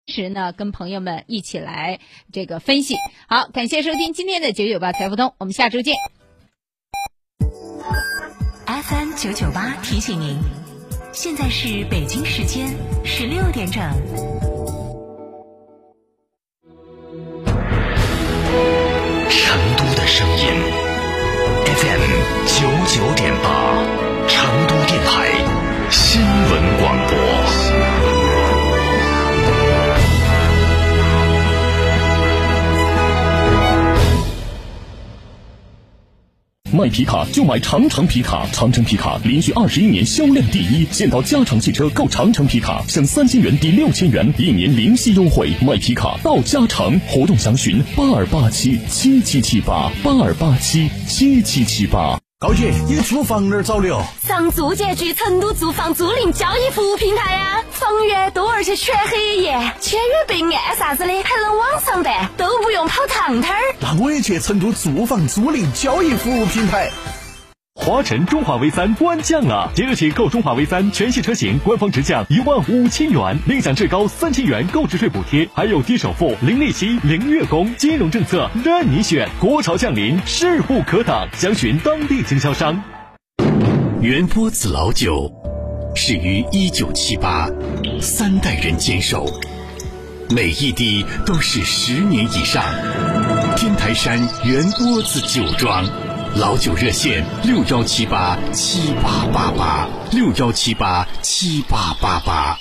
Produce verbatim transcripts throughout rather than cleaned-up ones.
时呢，跟朋友们一起来这个分析。好，感谢收听今天的九九八财富通，我们下周见。 F M 九九八提醒您，现在是北京时间十六点整。 成都的声音 F M 九九点八，成都电台新闻广播。 买皮卡就买长城皮卡，长城皮卡连续二十一年销量第一。现到嘉诚汽车购长城皮卡，省三千元抵六千元，一年零息优惠。买皮卡到嘉诚，活动详询八二八七七七七八八二八七七七七八。 高姐，你租房哪儿找的哦？ 上租界局成都住房租赁交易服务平台呀、啊，房源多而且全黑夜，签约备案啥子的还能网上办，都不用跑趟摊儿。 那我也去成都住房租赁交易服务平台。 华晨中华 V 三官降了，即日起购中华 V 三全系车型官方直降一万五千元，另享至高三千元购置税补贴，还有低首付、零利息、零月供，金融政策任你选。国潮降临，势不可挡，详询当地经销商。 元波子老酒始于一九七八，三代人坚守，每一滴都是十年以上。天台山元波子酒庄。老酒热线六幺七八七八八八六幺七八七八八八。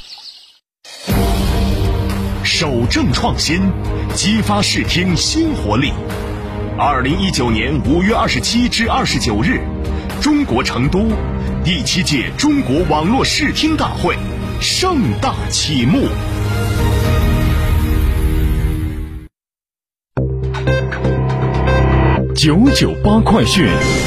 守正创新，激发视听新活力。二零一九年五月二十七至二十九日，中国成都第七届中国网络视听大会盛大启幕。 九九八快讯。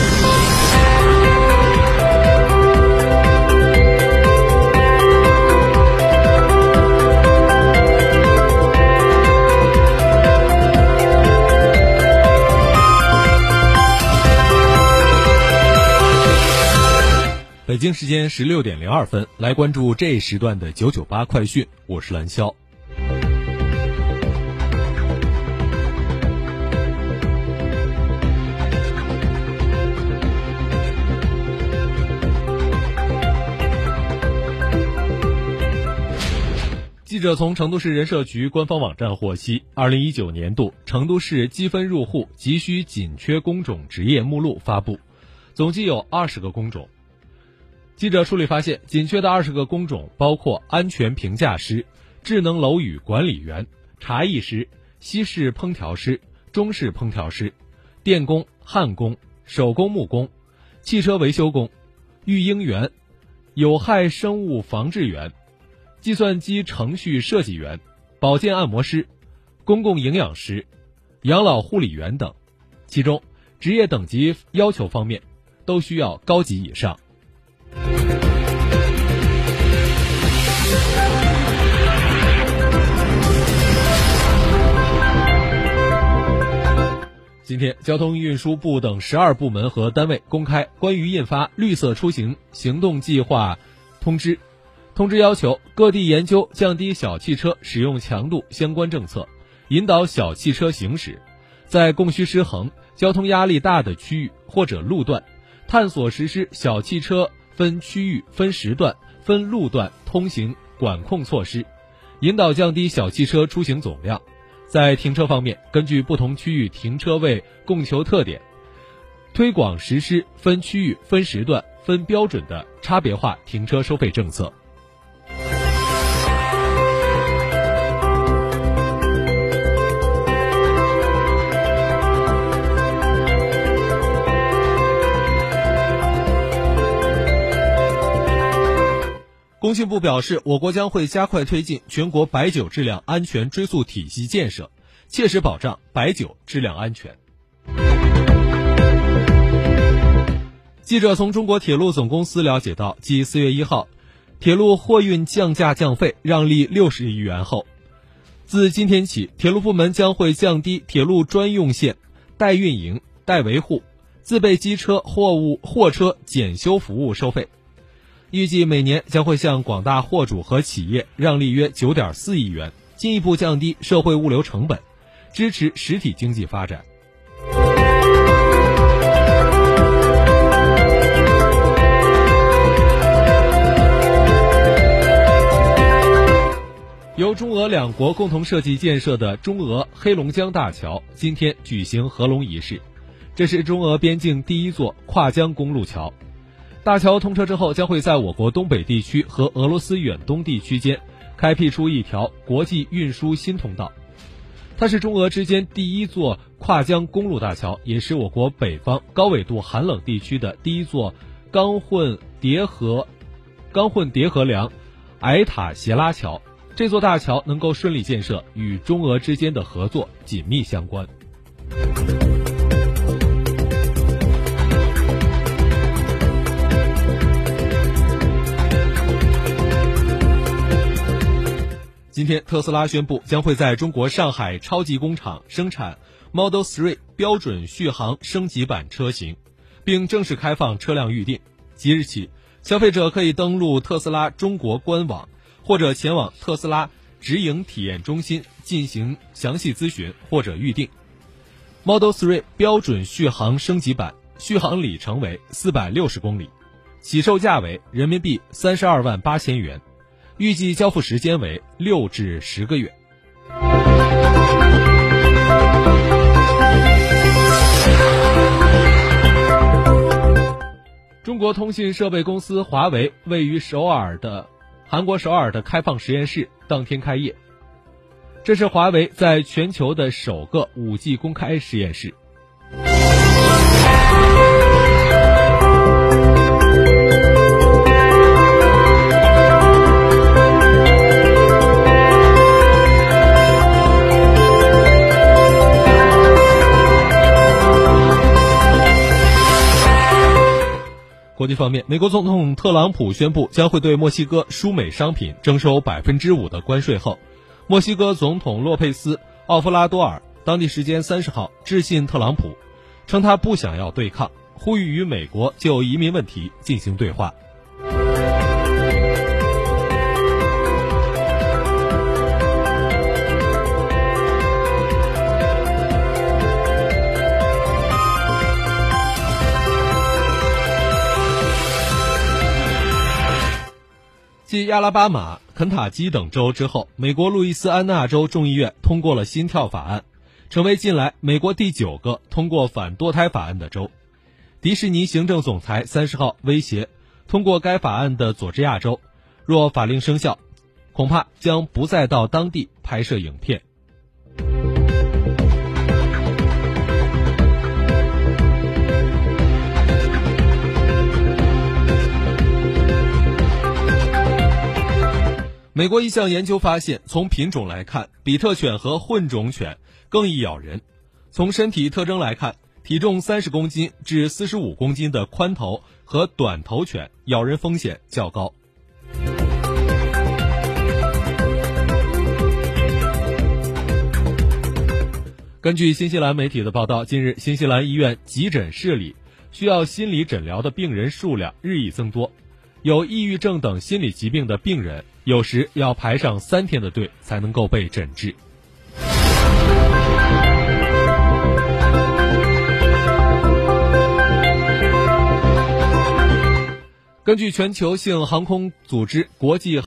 北京时间十六点零二分，来关注这一时段的九九八快讯，我是蓝霄。记者从成都市人社局官方网站获悉，二零一九年度成都市积分入户急需紧缺工种职业目录发布，总计有二十个工种。记者处理发现，紧缺的二十个工种包括安全评价师、智能楼宇管理员、茶艺师、西式烹调师、中式烹调师、电工、焊工、手工木工、汽车维修工、育婴员、有害生物防治员、计算机程序设计员、保健按摩师、公共营养师、养老护理员等，其中职业等级要求方面都需要高级以上。今天，交通运输部等十二部门和单位公开关于印发绿色出行行动计划通知。通知要求各地研究降低小汽车使用强度相关政策，引导小汽车行驶，在供需失衡、交通压力大的区域或者路段，探索实施小汽车分区域、分时段、分路段通行管控措施，引导降低小汽车出行总量。在停车方面，根据不同区域停车位供求特点，推广实施分区域、分时段、分标准的差别化停车收费政策。工信部表示，我国将会加快推进全国白酒质量安全追溯体系建设，切实保障白酒质量安全。记者从中国铁路总公司了解到，继四月一号铁路货运降价降费让利六十亿元后，自今天起，铁路部门将会降低铁路专用线、代运营、代维护、自备机车、货物货车检修服务收费。预计每年将会向广大货主和企业让利约 九点四亿元， 进一步降低社会物流成本，支持实体经济发展。由中俄两国共同设计建设的中俄黑龙江大桥今天举行合龙仪式，这是中俄边境第一座跨江公路桥。大桥通车之后，将会在我国东北地区和俄罗斯远东地区间开辟出一条国际运输新通道。它是中俄之间第一座跨江公路大桥，也是我国北方高纬度寒冷地区的第一座钢混叠合钢混叠合梁矮塔斜拉桥。这座大桥能够顺利建设，与中俄之间的合作紧密相关。今天，特斯拉宣布将会在中国上海超级工厂生产 Model 三标准续航升级版车型，并正式开放车辆预订。即日起，消费者可以登录特斯拉中国官网，或者前往特斯拉直营体验中心进行详细咨询或者预订。Model 三标准续航升级版续航里程为四百六十公里，起售价为人民币三十二万八千元，预计交付时间为六至十个月。中国通信设备公司华为位于首尔的韩国首尔的开放实验室当天开业，这是华为在全球的首个 五 G 公开实验室。国际方面，美国总统特朗普宣布将会对墨西哥输美商品征收 百分之五 的关税后，墨西哥总统洛佩斯·奥夫拉多尔当地时间三十号致信特朗普，称他不想要对抗，呼吁与美国就移民问题进行对话。继阿拉巴马、肯塔基等州之后，美国路易斯安那州众议院通过了心跳法案，成为近来美国第九个通过反堕胎法案的州。迪士尼行政总裁三十号威胁，通过该法案的佐治亚州，若法令生效，恐怕将不再到当地拍摄影片。美国一项研究发现，从品种来看，比特犬和混种犬更易咬人。从身体特征来看，体重三十公斤至四十五公斤的宽头和短头犬咬人风险较高。根据新西兰媒体的报道，近日新西兰医院急诊室里需要心理诊疗的病人数量日益增多，有抑郁症等心理疾病的病人有时要排上三天的队才能够被诊治。根据全球性航空组织国际